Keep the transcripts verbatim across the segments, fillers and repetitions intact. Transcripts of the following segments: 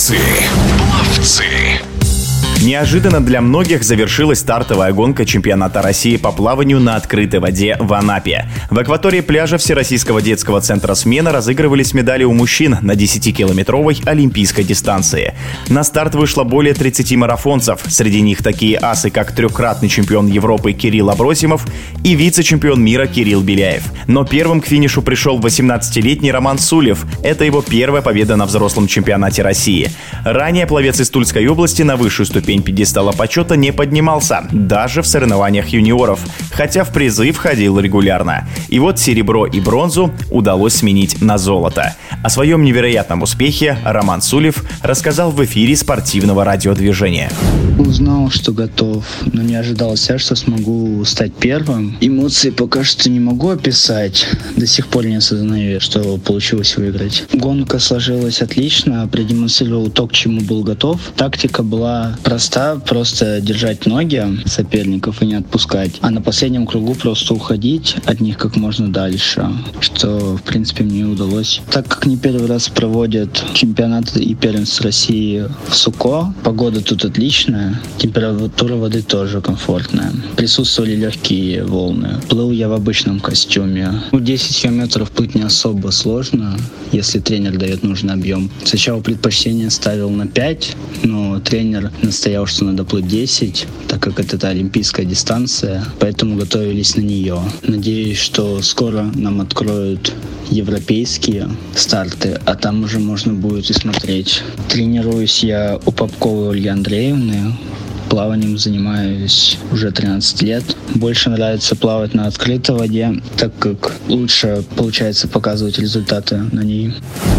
Пловцы. Пловцы. Неожиданно для многих завершилась стартовая гонка чемпионата России по плаванию на открытой воде в Анапе. В акватории пляжа Всероссийского детского центра «Смена» разыгрывались медали у мужчин на десятикилометровой олимпийской дистанции. На старт вышло более тридцати марафонцев. Среди них такие асы, как трехкратный чемпион Европы Кирилл Абросимов и вице-чемпион мира Кирилл Беляев. Но первым к финишу пришел восемнадцатилетний Роман Сулев. Это его первая победа на взрослом чемпионате России. Ранее пловец из Тульской области на высшую ступень пьедестала почета не поднимался, даже в соревнованиях юниоров, хотя в призы входил регулярно. И вот серебро и бронзу удалось сменить на золото. О своем невероятном успехе Роман Сулев рассказал в эфире спортивного радиодвижения. Узнал, что готов, но не ожидал себя, что смогу стать первым. Эмоции пока что не могу описать. До сих пор не осознаю, что получилось выиграть. Гонка сложилась отлично, продемонстрировал то, к чему был готов. Тактика была проста, просто держать ноги соперников и не отпускать. А на последнем кругу просто уходить от них как можно дальше, что, в принципе, мне удалось. Так как не первый раз проводят чемпионаты и первенство России в Суко, погода тут отличная. Температура воды тоже комфортная. Присутствовали легкие волны. Плыл я в обычном костюме. Ну, десять километров плыть не особо сложно, если тренер дает нужный объем. Сначала предпочтение ставил на пять, но тренер настоял, что надо плыть десять, так как это олимпийская дистанция, поэтому готовились на нее. Надеюсь, что скоро нам откроют европейские старты, а там уже можно будет и смотреть. Тренируюсь я у Попковой Ольги Андреевны. Плаванием занимаюсь уже тринадцать лет. Больше нравится плавать на открытой воде, так как лучше получается показывать результаты на ней.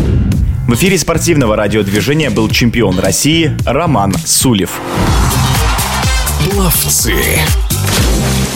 В эфире спортивного радиодвижения был чемпион России Роман Сулев. Пловцы.